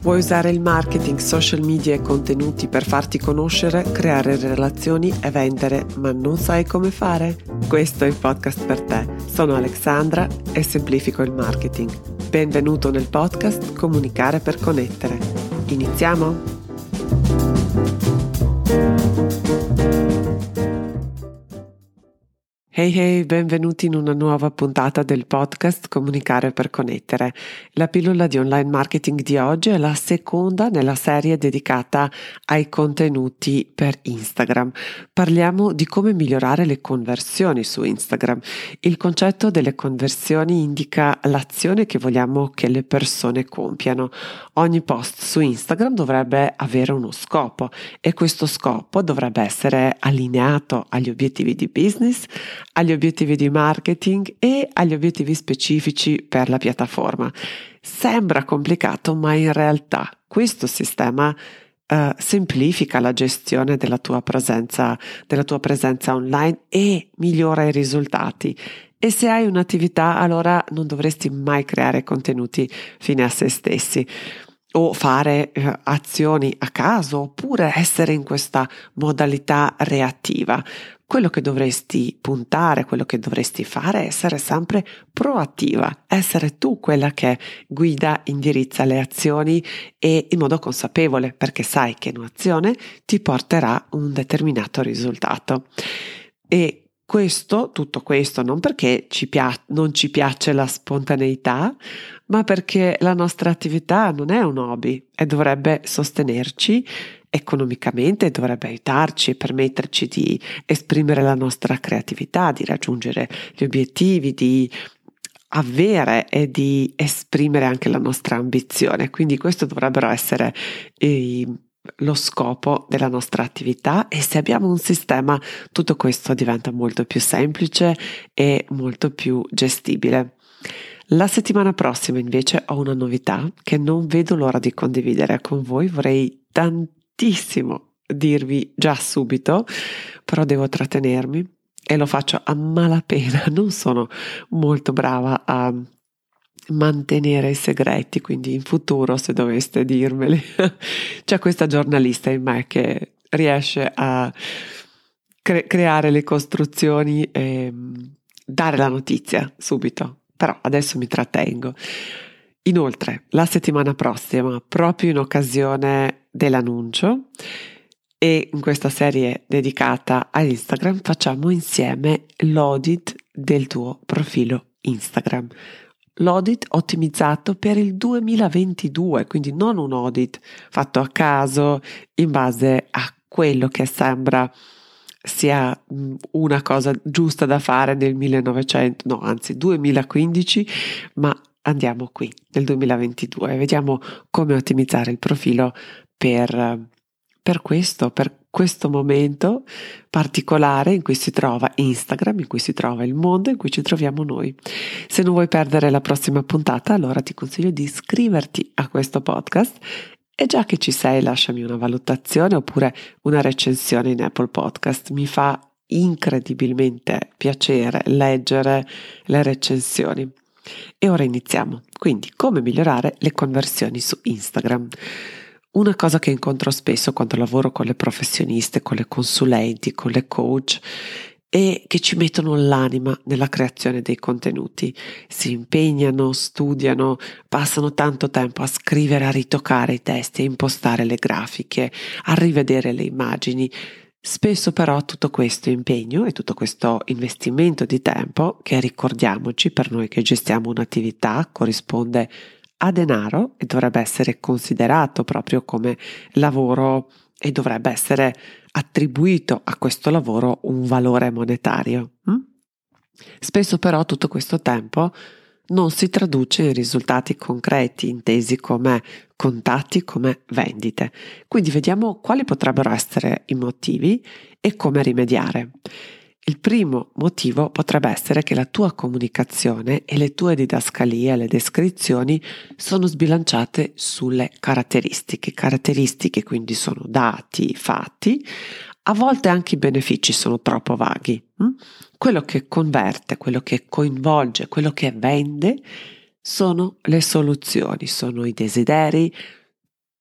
Vuoi usare il marketing, social media e contenuti per farti conoscere, creare relazioni e vendere, ma non sai come fare? Questo è il podcast per te. Sono Alexandra e semplifico il marketing. Benvenuto nel podcast Comunicare per connettere. Iniziamo? Hey, benvenuti in una nuova puntata del podcast Comunicare per connettere. La pillola di online marketing di oggi è la seconda nella serie dedicata ai contenuti per Instagram. Parliamo di come migliorare le conversioni su Instagram. Il concetto delle conversioni indica l'azione che vogliamo che le persone compiano. Ogni post su Instagram dovrebbe avere uno scopo e questo scopo dovrebbe essere allineato agli obiettivi di business, agli obiettivi di marketing e agli obiettivi specifici per la piattaforma. Sembra complicato, ma in realtà questo sistema semplifica la gestione della tua presenza online e migliora i risultati. E se hai un'attività, allora non dovresti mai creare contenuti fine a se stessi o fare azioni a caso oppure essere in questa modalità reattiva. Quello che dovresti puntare, quello che dovresti fare è essere sempre proattiva, essere tu quella che guida, indirizza le azioni e in modo consapevole, perché sai che un'azione ti porterà un determinato risultato. E tutto questo non perché non ci piace la spontaneità, ma perché la nostra attività non è un hobby e dovrebbe sostenerci economicamente, dovrebbe aiutarci e permetterci di esprimere la nostra creatività, di raggiungere gli obiettivi, di avere e di esprimere anche la nostra ambizione. Quindi questo dovrebbero essere lo scopo della nostra attività, e se abbiamo un sistema tutto questo diventa molto più semplice e molto più gestibile. La settimana prossima invece ho una novità che non vedo l'ora di condividere con voi. Vorrei tantissimo dirvi già subito, però devo trattenermi e lo faccio a malapena. Non sono molto brava a mantenere i segreti, quindi in futuro se doveste dirmeli c'è questa giornalista in me che riesce a creare le costruzioni e dare la notizia subito, però adesso mi trattengo. Inoltre la settimana prossima, proprio in occasione dell'annuncio e in questa serie dedicata a Instagram, facciamo insieme l'audit del tuo profilo Instagram. L'audit ottimizzato per il 2022, quindi non un audit fatto a caso in base a quello che sembra sia una cosa giusta da fare nel 2015, ma andiamo qui nel 2022 e vediamo come ottimizzare il profilo per questo momento particolare in cui si trova Instagram, in cui si trova il mondo, in cui ci troviamo noi. Se non vuoi perdere la prossima puntata, allora ti consiglio di iscriverti a questo podcast e già che ci sei lasciami una valutazione oppure una recensione in Apple Podcast. Mi fa incredibilmente piacere leggere le recensioni. E ora iniziamo. Quindi, come migliorare le conversioni su Instagram? Una cosa che incontro spesso quando lavoro con le professioniste, con le consulenti, con le coach, è che ci mettono l'anima nella creazione dei contenuti. Si impegnano, studiano, passano tanto tempo a scrivere, a ritoccare i testi, a impostare le grafiche, a rivedere le immagini. Spesso però tutto questo impegno e tutto questo investimento di tempo, che ricordiamoci per noi che gestiamo un'attività, corrisponde a denaro e dovrebbe essere considerato proprio come lavoro e dovrebbe essere attribuito a questo lavoro un valore monetario. Spesso però tutto questo tempo non si traduce in risultati concreti, intesi come contatti, come vendite. Quindi vediamo quali potrebbero essere i motivi e come rimediare. Il primo motivo potrebbe essere che la tua comunicazione e le tue didascalie, le descrizioni sono sbilanciate sulle caratteristiche quindi sono dati, fatti, a volte anche i benefici sono troppo vaghi. Quello che converte, quello che coinvolge, quello che vende sono le soluzioni, sono i desideri,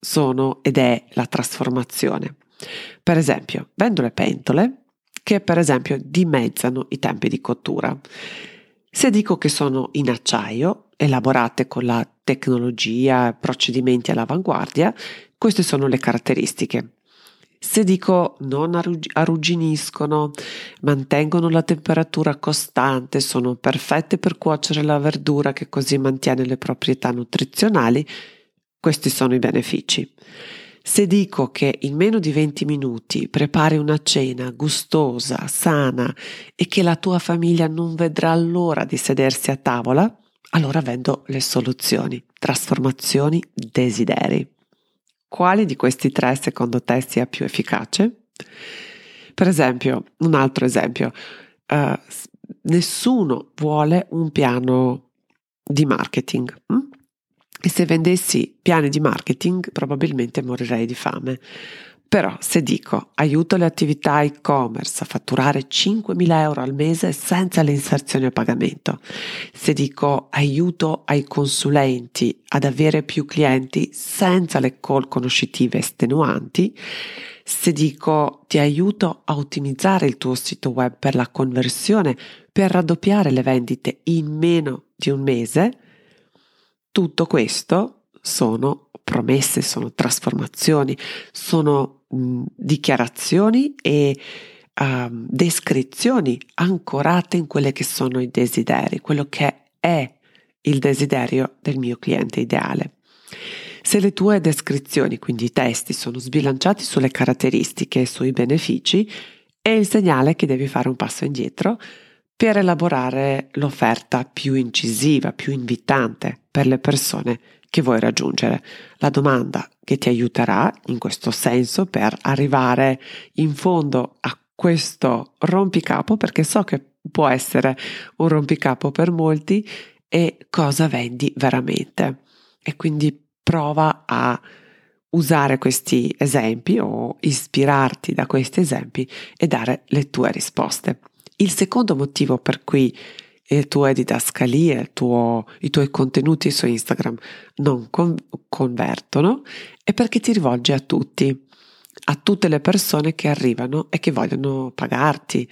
sono ed è la trasformazione. Per esempio, vendo le pentole che per esempio dimezzano i tempi di cottura. Se dico che sono in acciaio, elaborate con la tecnologia, procedimenti all'avanguardia, queste sono le caratteristiche. Se dico non arrugginiscono, mantengono la temperatura costante, sono perfette per cuocere la verdura che così mantiene le proprietà nutrizionali, questi sono i benefici. Se dico che in meno di 20 minuti prepari una cena gustosa, sana e che la tua famiglia non vedrà l'ora di sedersi a tavola, allora vendo le soluzioni, trasformazioni, desideri. Quali di questi tre secondo te sia più efficace? Per esempio, un altro esempio, nessuno vuole un piano di marketing. E se vendessi piani di marketing probabilmente morirei di fame. Però se dico aiuto le attività e-commerce a fatturare 5.000 euro al mese senza le inserzioni a pagamento, se dico aiuto ai consulenti ad avere più clienti senza le call conoscitive estenuanti, se dico ti aiuto a ottimizzare il tuo sito web per la conversione, per raddoppiare le vendite in meno di un mese, tutto questo sono promesse, sono trasformazioni, sono dichiarazioni e descrizioni ancorate in quelle che sono i desideri, quello che è il desiderio del mio cliente ideale. Se le tue descrizioni, quindi i testi, sono sbilanciati sulle caratteristiche e sui benefici, è il segnale che devi fare un passo indietro per elaborare l'offerta più incisiva, più invitante per le persone che vuoi raggiungere. La domanda che ti aiuterà in questo senso per arrivare in fondo a questo rompicapo, perché so che può essere un rompicapo per molti, è cosa vendi veramente. E quindi prova a usare questi esempi o ispirarti da questi esempi e dare le tue risposte. Il secondo motivo per cui le tue didascalie, i tuoi contenuti su Instagram non convertono è perché ti rivolgi a tutti, a tutte le persone che arrivano e che vogliono pagarti.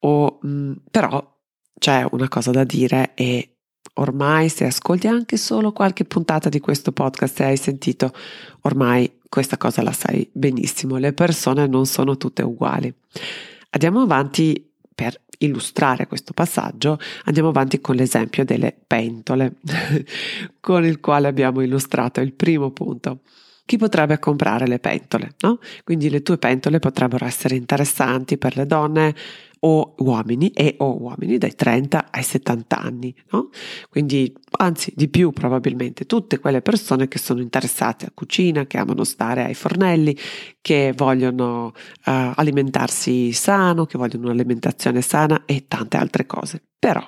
Però c'è una cosa da dire e ormai se ascolti anche solo qualche puntata di questo podcast e hai sentito, ormai questa cosa la sai benissimo, le persone non sono tutte uguali. Andiamo avanti. Per illustrare questo passaggio andiamo avanti con l'esempio delle pentole con il quale abbiamo illustrato il primo punto. Chi potrebbe comprare le pentole, no? Quindi le tue pentole potrebbero essere interessanti per le donne o uomini dai 30 ai 70 anni, no? Quindi anzi di più probabilmente, tutte quelle persone che sono interessate a cucina, che amano stare ai fornelli, che vogliono alimentarsi sano, che vogliono un'alimentazione sana e tante altre cose. Però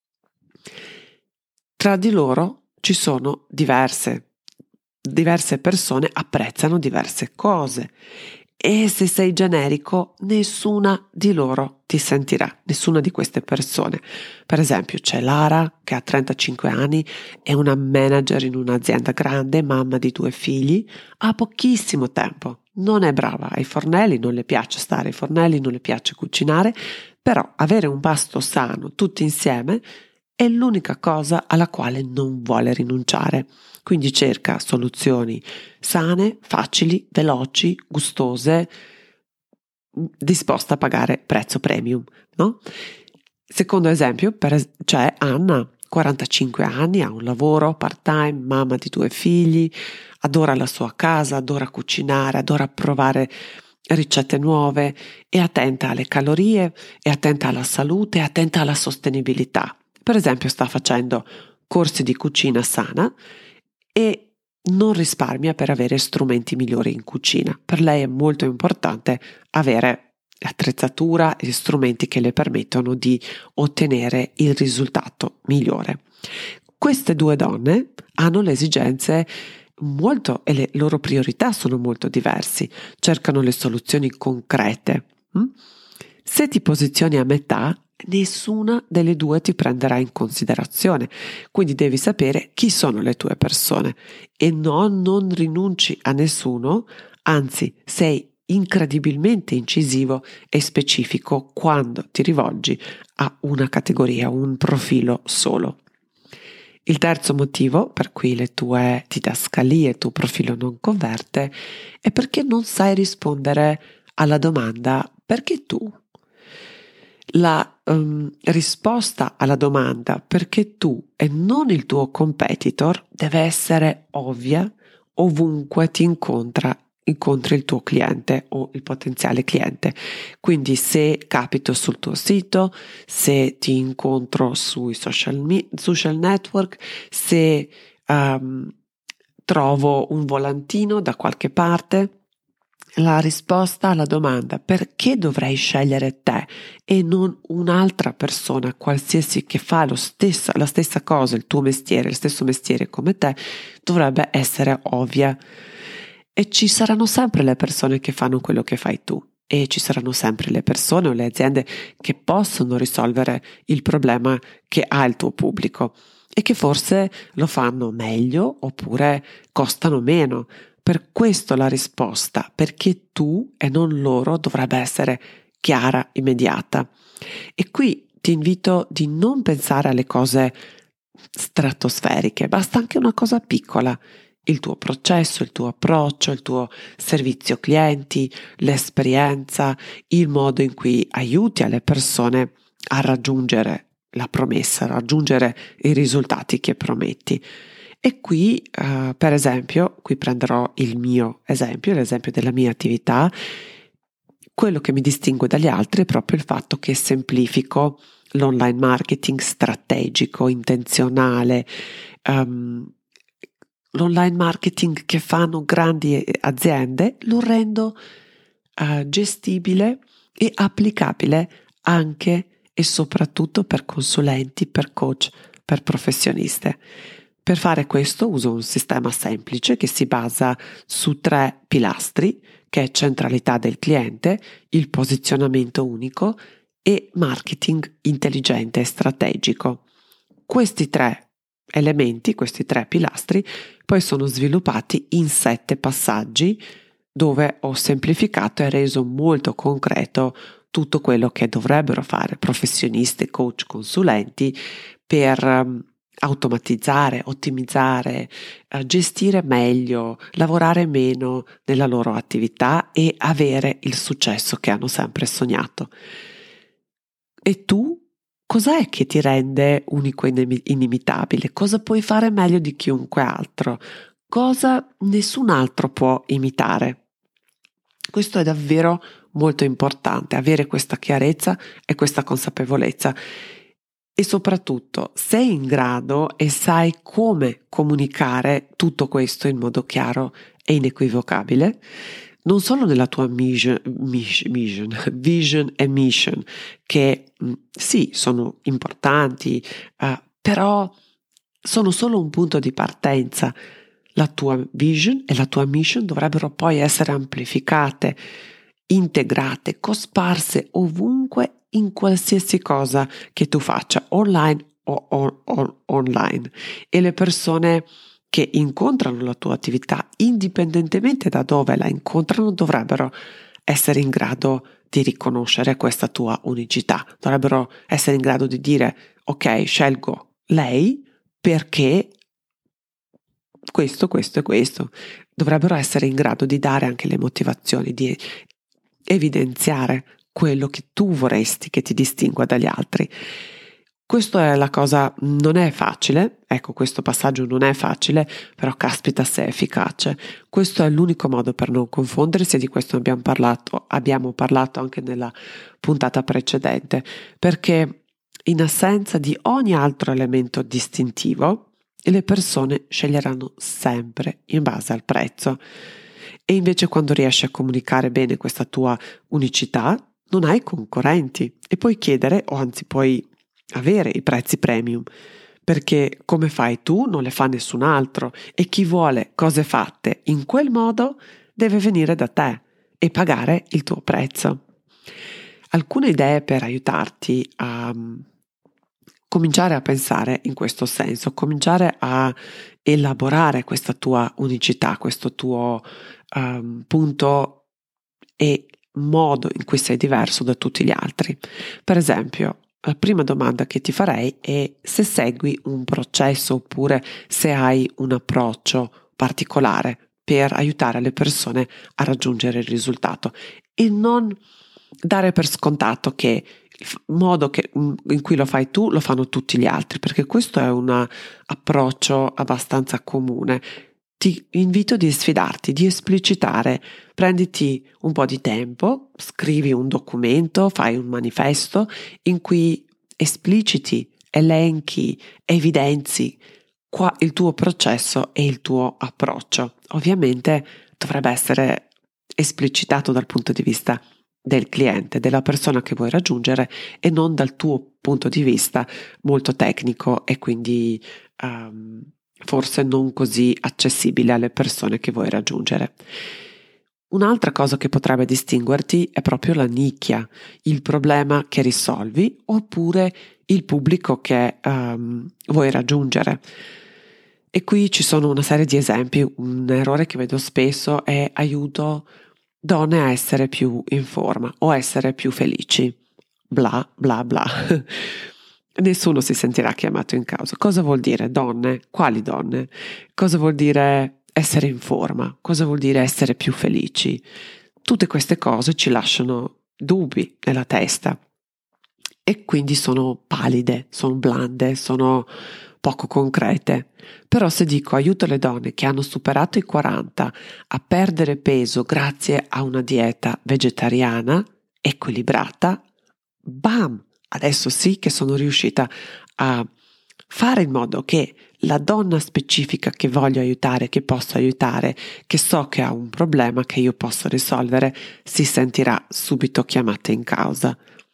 tra di loro ci sono diverse persone apprezzano diverse cose e se sei generico nessuna di loro ti sentirà, nessuna di queste persone. Per esempio c'è Lara che ha 35 anni, è una manager in un'azienda grande, mamma di 2 figli, ha pochissimo tempo, non è brava ai fornelli, non le piace stare ai fornelli, non le piace cucinare, però avere un pasto sano tutti insieme è l'unica cosa alla quale non vuole rinunciare. Quindi cerca soluzioni sane, facili, veloci, gustose, disposta a pagare prezzo premium, no? Secondo esempio, c'è Anna, 45 anni, ha un lavoro part-time, mamma di 2 figli, adora la sua casa, adora cucinare, adora provare ricette nuove, è attenta alle calorie, è attenta alla salute, è attenta alla sostenibilità. Per esempio sta facendo corsi di cucina sana e non risparmia per avere strumenti migliori in cucina. Per lei è molto importante avere l'attrezzatura e gli strumenti che le permettono di ottenere il risultato migliore. Queste 2 donne hanno le esigenze e le loro priorità sono molto diverse, cercano le soluzioni concrete. Se ti posizioni a metà, nessuna delle due ti prenderà in considerazione, quindi devi sapere chi sono le tue persone e non rinunci a nessuno, anzi sei incredibilmente incisivo e specifico quando ti rivolgi a una categoria, un profilo solo. Il terzo motivo per cui le tue didascalie, il tuo profilo non converte, è perché non sai rispondere alla domanda perché tu. La risposta alla domanda perché tu e non il tuo competitor deve essere ovvia ovunque ti incontri il tuo cliente o il potenziale cliente. Quindi se capito sul tuo sito, se ti incontro sui social network, se trovo un volantino da qualche parte, la risposta alla domanda perché dovrei scegliere te e non un'altra persona qualsiasi che fa la stessa cosa, il tuo mestiere, il stesso mestiere come te, dovrebbe essere ovvia. E ci saranno sempre le persone che fanno quello che fai tu e ci saranno sempre le persone o le aziende che possono risolvere il problema che ha il tuo pubblico e che forse lo fanno meglio oppure costano meno. Per questo la risposta, perché tu e non loro, dovrebbe essere chiara, immediata. E qui ti invito di non pensare alle cose stratosferiche, basta anche una cosa piccola, il tuo processo, il tuo approccio, il tuo servizio clienti, l'esperienza, il modo in cui aiuti alle persone a raggiungere la promessa, a raggiungere i risultati che prometti. E qui, per esempio, qui prenderò il mio esempio, l'esempio della mia attività. Quello che mi distingue dagli altri è proprio il fatto che semplifico l'online marketing strategico, intenzionale, l'online marketing che fanno grandi aziende, lo rendo gestibile e applicabile anche e soprattutto per consulenti, per coach, per professioniste. Per fare questo uso un sistema semplice che si basa su 3 pilastri, che è centralità del cliente, il posizionamento unico e marketing intelligente e strategico. Questi 3 elementi, questi 3 pilastri, poi sono sviluppati in 7 passaggi dove ho semplificato e reso molto concreto tutto quello che dovrebbero fare professionisti, coach, consulenti per automatizzare, ottimizzare, gestire meglio, lavorare meno nella loro attività e avere il successo che hanno sempre sognato. E tu? Cos'è che ti rende unico e inimitabile? Cosa puoi fare meglio di chiunque altro? Cosa nessun altro può imitare? Questo è davvero molto importante, avere questa chiarezza e questa consapevolezza. E soprattutto sei in grado e sai come comunicare tutto questo in modo chiaro e inequivocabile, non solo nella tua vision e mission, che sì, sono importanti, però sono solo un punto di partenza. La tua vision e la tua mission dovrebbero poi essere amplificate, integrate, cosparse ovunque in qualsiasi cosa che tu faccia, online o online. E le persone che incontrano la tua attività, indipendentemente da dove la incontrano, dovrebbero essere in grado di riconoscere questa tua unicità, dovrebbero essere in grado di dire ok, scelgo lei perché questo e questo. Dovrebbero essere in grado di dare anche le motivazioni, di evidenziare quello che tu vorresti che ti distingua dagli altri. Questa è la cosa, non è facile, ecco, questo passaggio non è facile, però caspita se è efficace. Questo è l'unico modo per non confondersi e di questo abbiamo parlato anche nella puntata precedente, perché in assenza di ogni altro elemento distintivo, le persone sceglieranno sempre in base al prezzo. E invece quando riesci a comunicare bene questa tua unicità, non hai concorrenti e puoi chiedere o anzi puoi avere i prezzi premium, perché come fai tu non le fa nessun altro e chi vuole cose fatte in quel modo deve venire da te e pagare il tuo prezzo. Alcune idee per aiutarti a cominciare a pensare in questo senso, cominciare a elaborare questa tua unicità, questo tuo punto e modo in cui sei diverso da tutti gli altri. Per esempio, la prima domanda che ti farei è se segui un processo oppure se hai un approccio particolare per aiutare le persone a raggiungere il risultato e non dare per scontato che il modo in cui lo fai tu lo fanno tutti gli altri, perché questo è un approccio abbastanza comune. Ti invito di sfidarti, di esplicitare, prenditi un po' di tempo, scrivi un documento, fai un manifesto in cui espliciti, elenchi, evidenzi il tuo processo e il tuo approccio. Ovviamente dovrebbe essere esplicitato dal punto di vista del cliente, della persona che vuoi raggiungere e non dal tuo punto di vista molto tecnico e quindi forse non così accessibile alle persone che vuoi raggiungere. Un'altra cosa che potrebbe distinguerti è proprio la nicchia, il problema che risolvi oppure il pubblico che vuoi raggiungere. E qui ci sono una serie di esempi. Un errore che vedo spesso è aiuto donne a essere più in forma o essere più felici. Bla bla bla. Nessuno si sentirà chiamato in causa. Cosa vuol dire donne? Quali donne? Cosa vuol dire essere in forma? Cosa vuol dire essere più felici? Tutte queste cose ci lasciano dubbi nella testa e quindi sono pallide, sono blande, sono poco concrete. Però se dico aiuto le donne che hanno superato i 40 a perdere peso grazie a una dieta vegetariana equilibrata, bam! Adesso sì che sono riuscita a fare in modo che la donna specifica che voglio aiutare, che posso aiutare, che so che ha un problema che io posso risolvere, si sentirà subito chiamata in causa.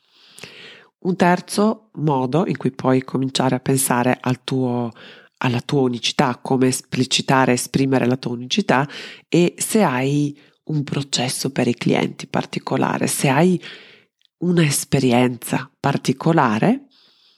Un terzo modo in cui puoi cominciare a pensare alla tua unicità, come esplicitare, esprimere la tua unicità, e se hai un processo per i clienti particolare, se hai un'esperienza particolare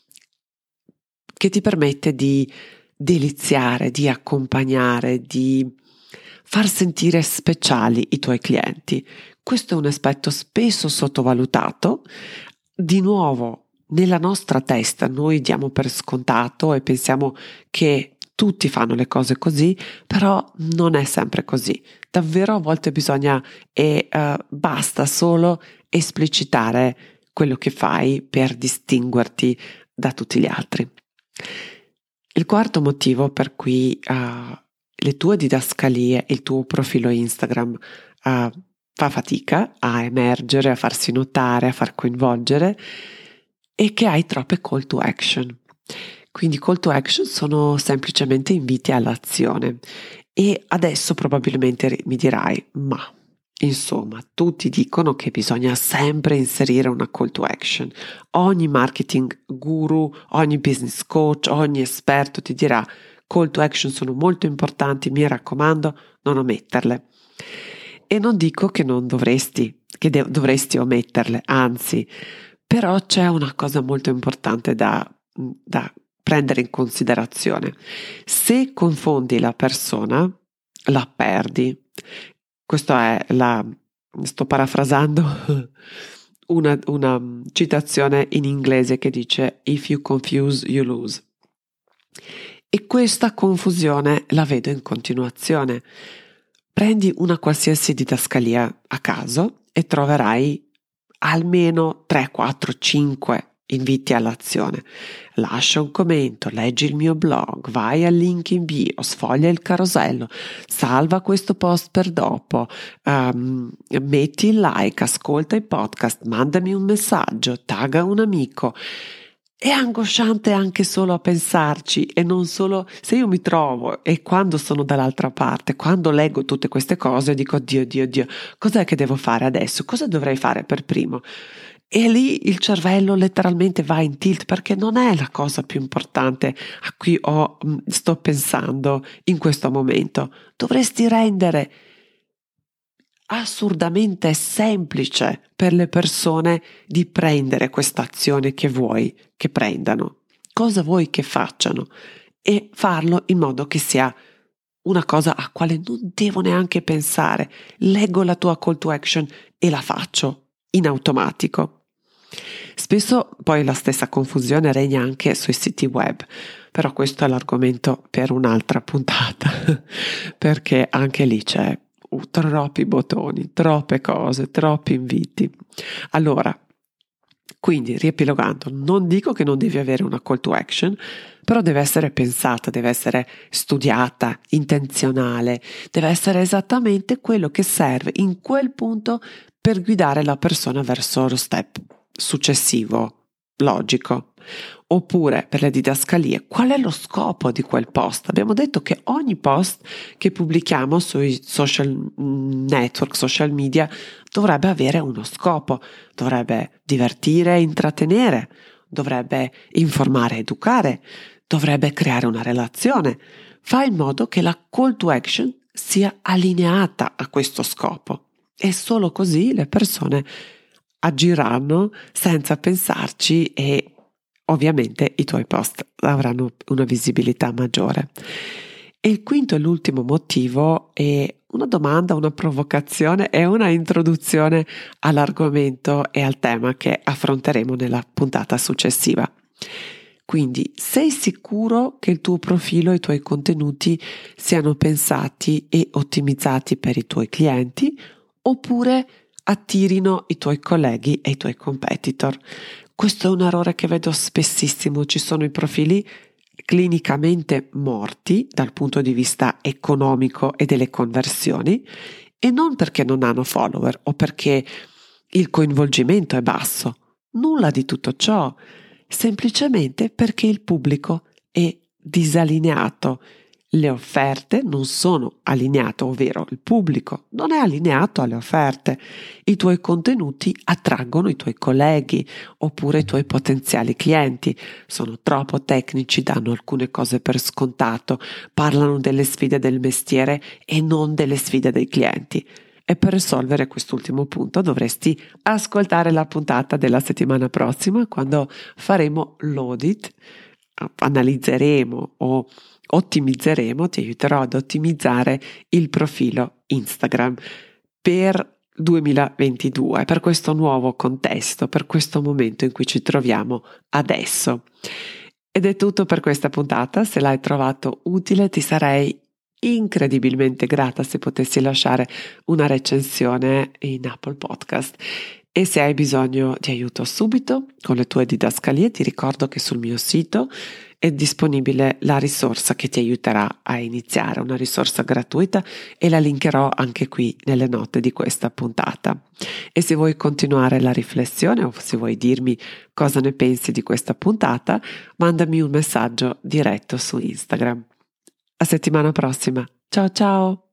che ti permette di deliziare, di accompagnare, di far sentire speciali i tuoi clienti. Questo è un aspetto spesso sottovalutato. Di nuovo, nella nostra testa noi diamo per scontato e pensiamo che tutti fanno le cose così, però non è sempre così. Davvero a volte bisogna basta solo esplicitare quello che fai per distinguerti da tutti gli altri. Il quarto motivo per cui le tue didascalie, il tuo profilo Instagram fa fatica a emergere, a farsi notare, a far coinvolgere, è che hai troppe call to action. Quindi call to action sono semplicemente inviti all'azione. E adesso probabilmente mi dirai, ma insomma, tutti dicono che bisogna sempre inserire una call to action. Ogni marketing guru, ogni business coach, ogni esperto ti dirà call to action sono molto importanti, mi raccomando, non ometterle. E non dico che non dovresti, dovresti ometterle, anzi, però c'è una cosa molto importante da prendere in considerazione. Se confondi la persona, la perdi. Sto parafrasando una citazione in inglese che dice If you confuse, you lose. E questa confusione la vedo in continuazione. Prendi una qualsiasi didascalia a caso e troverai almeno 3, 4, 5 inviti all'azione. Lascia un commento, leggi il mio blog, vai al link in bio, sfoglia il carosello, salva questo post per dopo, metti il like, ascolta i podcast, mandami un messaggio, tagga un amico. È angosciante anche solo a pensarci e non solo se io mi trovo e quando sono dall'altra parte, quando leggo tutte queste cose dico Dio, cos'è che devo fare adesso? Cosa dovrei fare per primo? E lì il cervello letteralmente va in tilt perché non è la cosa più importante a cui sto pensando in questo momento. Dovresti rendere assurdamente semplice per le persone di prendere questa azione che vuoi che prendano, cosa vuoi che facciano, e farlo in modo che sia una cosa a quale non devo neanche pensare. Leggo la tua call to action e la faccio in automatico. Spesso poi la stessa confusione regna anche sui siti web, però questo è l'argomento per un'altra puntata, perché anche lì c'è troppi bottoni, troppe cose, troppi inviti. Allora, quindi riepilogando, non dico che non devi avere una call to action, però deve essere pensata, deve essere studiata, intenzionale, deve essere esattamente quello che serve in quel punto per guidare la persona verso lo step successivo, logico. Oppure per le didascalie, qual è lo scopo di quel post? Abbiamo detto che ogni post che pubblichiamo sui social network, social media, dovrebbe avere uno scopo, dovrebbe divertire e intrattenere, dovrebbe informare e educare, dovrebbe creare una relazione. Fai in modo che la call to action sia allineata a questo scopo e solo così le persone agiranno senza pensarci e ovviamente i tuoi post avranno una visibilità maggiore. E il quinto e l'ultimo motivo è una domanda, una provocazione e una introduzione all'argomento e al tema che affronteremo nella puntata successiva. Quindi, sei sicuro che il tuo profilo e i tuoi contenuti siano pensati e ottimizzati per i tuoi clienti oppure attirino i tuoi colleghi e i tuoi competitor? Questo è un errore che vedo spessissimo. Ci sono i profili clinicamente morti dal punto di vista economico e delle conversioni, e non perché non hanno follower o perché il coinvolgimento è basso. Nulla di tutto ciò, semplicemente perché il pubblico è disallineato. Le offerte non sono allineate, ovvero il pubblico non è allineato alle offerte. I tuoi contenuti attraggono i tuoi colleghi oppure i tuoi potenziali clienti. Sono troppo tecnici, danno alcune cose per scontato, parlano delle sfide del mestiere e non delle sfide dei clienti. E per risolvere quest'ultimo punto dovresti ascoltare la puntata della settimana prossima, quando faremo l'audit, analizzeremo o ottimizzeremo, ti aiuterò ad ottimizzare il profilo Instagram per 2022, per questo nuovo contesto, per questo momento in cui ci troviamo adesso. Ed è tutto per questa puntata. Se l'hai trovato utile, ti sarei incredibilmente grata se potessi lasciare una recensione in Apple Podcast. E se hai bisogno di aiuto subito con le tue didascalie, ti ricordo che sul mio sito è disponibile la risorsa che ti aiuterà a iniziare, una risorsa gratuita, e la linkerò anche qui nelle note di questa puntata. E se vuoi continuare la riflessione o se vuoi dirmi cosa ne pensi di questa puntata, mandami un messaggio diretto su Instagram. A settimana prossima. Ciao ciao!